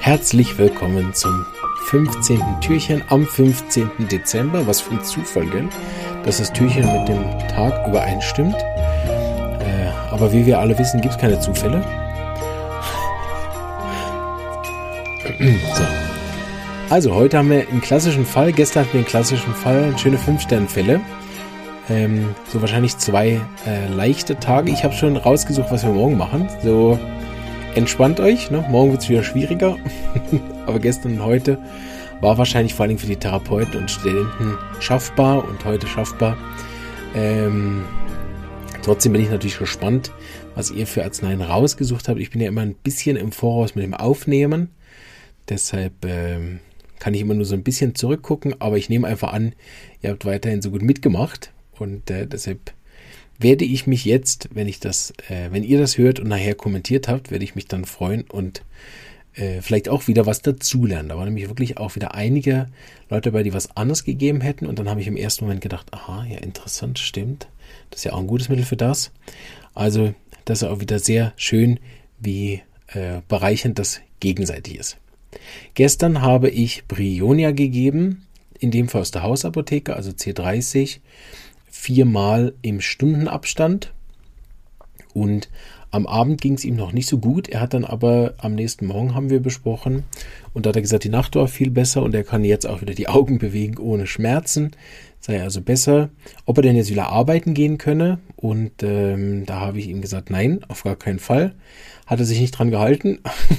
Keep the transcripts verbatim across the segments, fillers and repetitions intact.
Herzlich willkommen zum fünfzehnten Türchen am fünfzehnten Dezember. Was für ein Zufall, gell? Dass das Türchen mit dem Tag übereinstimmt. Äh, aber wie wir alle wissen, gibt es keine Zufälle. So. Also, heute haben wir einen klassischen Fall. Gestern hatten wir einen klassischen Fall. Schöne fünf-Sterne-Fälle. Ähm, so wahrscheinlich zwei äh, leichte Tage. Ich habe schon rausgesucht, was wir morgen machen. So, entspannt euch. Ne? Morgen wird es wieder schwieriger. Aber gestern und heute war wahrscheinlich vor allem für die Therapeuten und Studenten schaffbar und heute schaffbar. Ähm, trotzdem bin ich natürlich gespannt, was ihr für Arzneien rausgesucht habt. Ich bin ja immer ein bisschen im Voraus mit dem Aufnehmen. Deshalb ähm, kann ich immer nur so ein bisschen zurückgucken. Aber ich nehme einfach an, ihr habt weiterhin so gut mitgemacht. Und äh, deshalb werde ich mich jetzt, wenn ich das, äh, wenn ihr das hört und nachher kommentiert habt, werde ich mich dann freuen und äh, vielleicht auch wieder was dazulernen. Da waren nämlich wirklich auch wieder einige Leute dabei, die was anderes gegeben hätten. Und dann habe ich im ersten Moment gedacht, aha, ja, interessant, stimmt. Das ist ja auch ein gutes Mittel für das. Also, das ist auch wieder sehr schön, wie äh, bereichernd das gegenseitig ist. Gestern habe ich Brionia gegeben, in dem Fall aus der Hausapotheke, also C dreißig, viermal im Stundenabstand. Und am Abend ging es ihm noch nicht so gut. Er hat dann aber am nächsten Morgen, haben wir besprochen, und da hat er gesagt, die Nacht war viel besser und er kann jetzt auch wieder die Augen bewegen ohne Schmerzen. Sei also besser. Ob er denn jetzt wieder arbeiten gehen könne, und ähm, da habe ich ihm gesagt, nein, auf gar keinen Fall. Hat er sich nicht dran gehalten.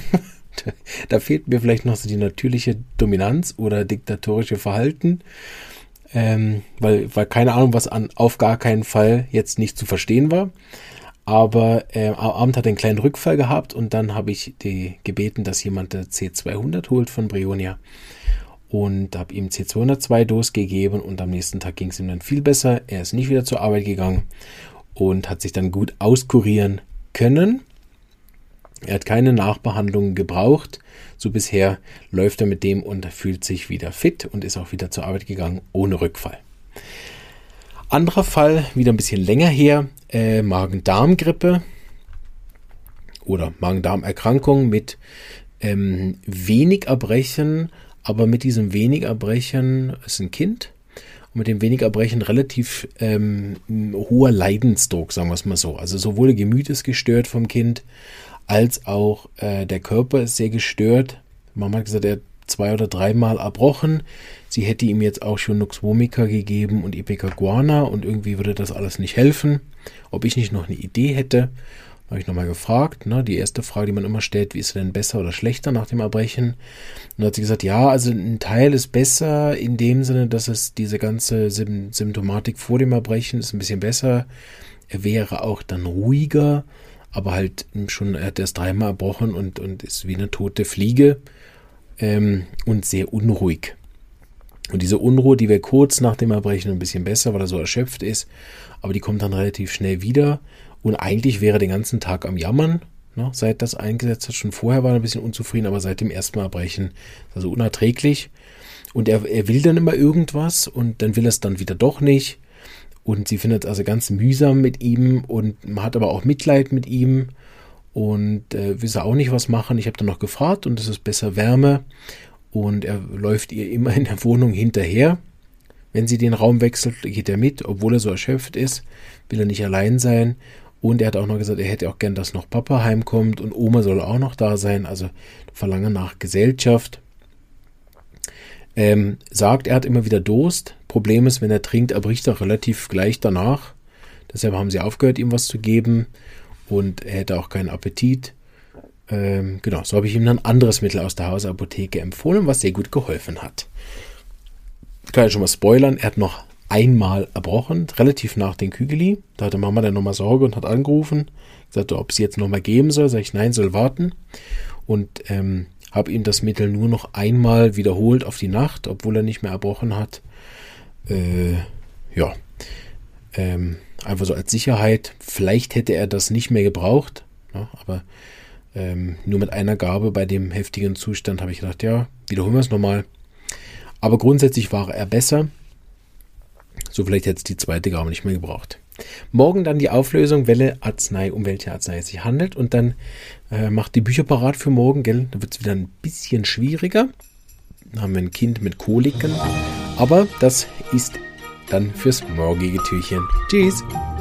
Da fehlt mir vielleicht noch so die natürliche Dominanz oder diktatorische Verhalten, ähm, weil, weil keine Ahnung, was an auf gar keinen Fall jetzt nicht zu verstehen war. Aber äh, am Abend hat er einen kleinen Rückfall gehabt und dann habe ich die gebeten, dass jemand der C zweihundert holt von Brionia und habe ihm C zweihundertzwei Dos gegeben und am nächsten Tag ging es ihm dann viel besser. Er ist nicht wieder zur Arbeit gegangen und hat sich dann gut auskurieren können. Er hat keine Nachbehandlung gebraucht. So bisher läuft er mit dem und fühlt sich wieder fit und ist auch wieder zur Arbeit gegangen ohne Rückfall. Anderer Fall, wieder ein bisschen länger her, äh, Magen-Darm-Grippe oder Magen-Darm-Erkrankung mit ähm, wenig Erbrechen, aber mit diesem wenig Erbrechen ist ein Kind und mit dem wenig Erbrechen relativ ähm, hoher Leidensdruck, sagen wir es mal so. Also sowohl das Gemüt ist gestört vom Kind, als auch äh, der Körper ist sehr gestört. Mama hat gesagt, er hat zwei oder dreimal erbrochen. Sie hätte ihm jetzt auch schon Nux vomica gegeben und Ipecacuanha und irgendwie würde das alles nicht helfen. Ob ich nicht noch eine Idee hätte, habe ich nochmal gefragt. Ne? Die erste Frage, die man immer stellt, wie ist er denn besser oder schlechter nach dem Erbrechen? Und dann hat sie gesagt, ja, also ein Teil ist besser in dem Sinne, dass es diese ganze Sym- Symptomatik vor dem Erbrechen ist ein bisschen besser. Er wäre auch dann ruhiger, aber halt schon, er hat erst dreimal erbrochen und, und ist wie eine tote Fliege ähm, und sehr unruhig. Und diese Unruhe, die wäre kurz nach dem Erbrechen ein bisschen besser, weil er so erschöpft ist, aber die kommt dann relativ schnell wieder und eigentlich wäre er den ganzen Tag am Jammern, ne, seit das eingesetzt hat. Schon vorher war er ein bisschen unzufrieden, aber seit dem ersten Mal Erbrechen ist er so unerträglich. Und er, er will dann immer irgendwas und dann will er es dann wieder doch nicht. Und sie findet es also ganz mühsam mit ihm und man hat aber auch Mitleid mit ihm und äh, will auch nicht was machen. Ich habe dann noch gefragt und es ist besser Wärme und er läuft ihr immer in der Wohnung hinterher. Wenn sie den Raum wechselt, geht er mit, obwohl er so erschöpft ist, will er nicht allein sein. Und er hat auch noch gesagt, er hätte auch gern, dass noch Papa heimkommt und Oma soll auch noch da sein, also Verlangen nach Gesellschaft. Ähm, sagt, er hat immer wieder Durst. Problem ist, wenn er trinkt, erbricht er relativ gleich danach. Deshalb haben sie aufgehört, ihm was zu geben. Und er hätte auch keinen Appetit. Ähm, genau, so habe ich ihm dann ein anderes Mittel aus der Hausapotheke empfohlen, was sehr gut geholfen hat. Ich kann ja schon mal spoilern, er hat noch einmal erbrochen, relativ nach den Kügeli. Da hatte Mama dann nochmal Sorge und hat angerufen. Gesagt, ob sie jetzt nochmal geben soll. Sag ich, nein, soll warten. Und ähm, habe ihm das Mittel nur noch einmal wiederholt auf die Nacht, obwohl er nicht mehr erbrochen hat. Äh, ja, ähm, einfach so als Sicherheit. Vielleicht hätte er das nicht mehr gebraucht, ja, aber ähm, nur mit einer Gabe bei dem heftigen Zustand habe ich gedacht, ja, wiederholen wir es nochmal. Aber grundsätzlich war er besser. So vielleicht hätte es die zweite gar nicht mehr gebraucht. Morgen dann die Auflösung, welche Arznei, um welche Arznei es sich handelt. Und dann äh, macht die Bücher parat für morgen, gell? Da wird es wieder ein bisschen schwieriger. Dann haben wir ein Kind mit Koliken. Aber das ist dann fürs morgige Türchen. Tschüss!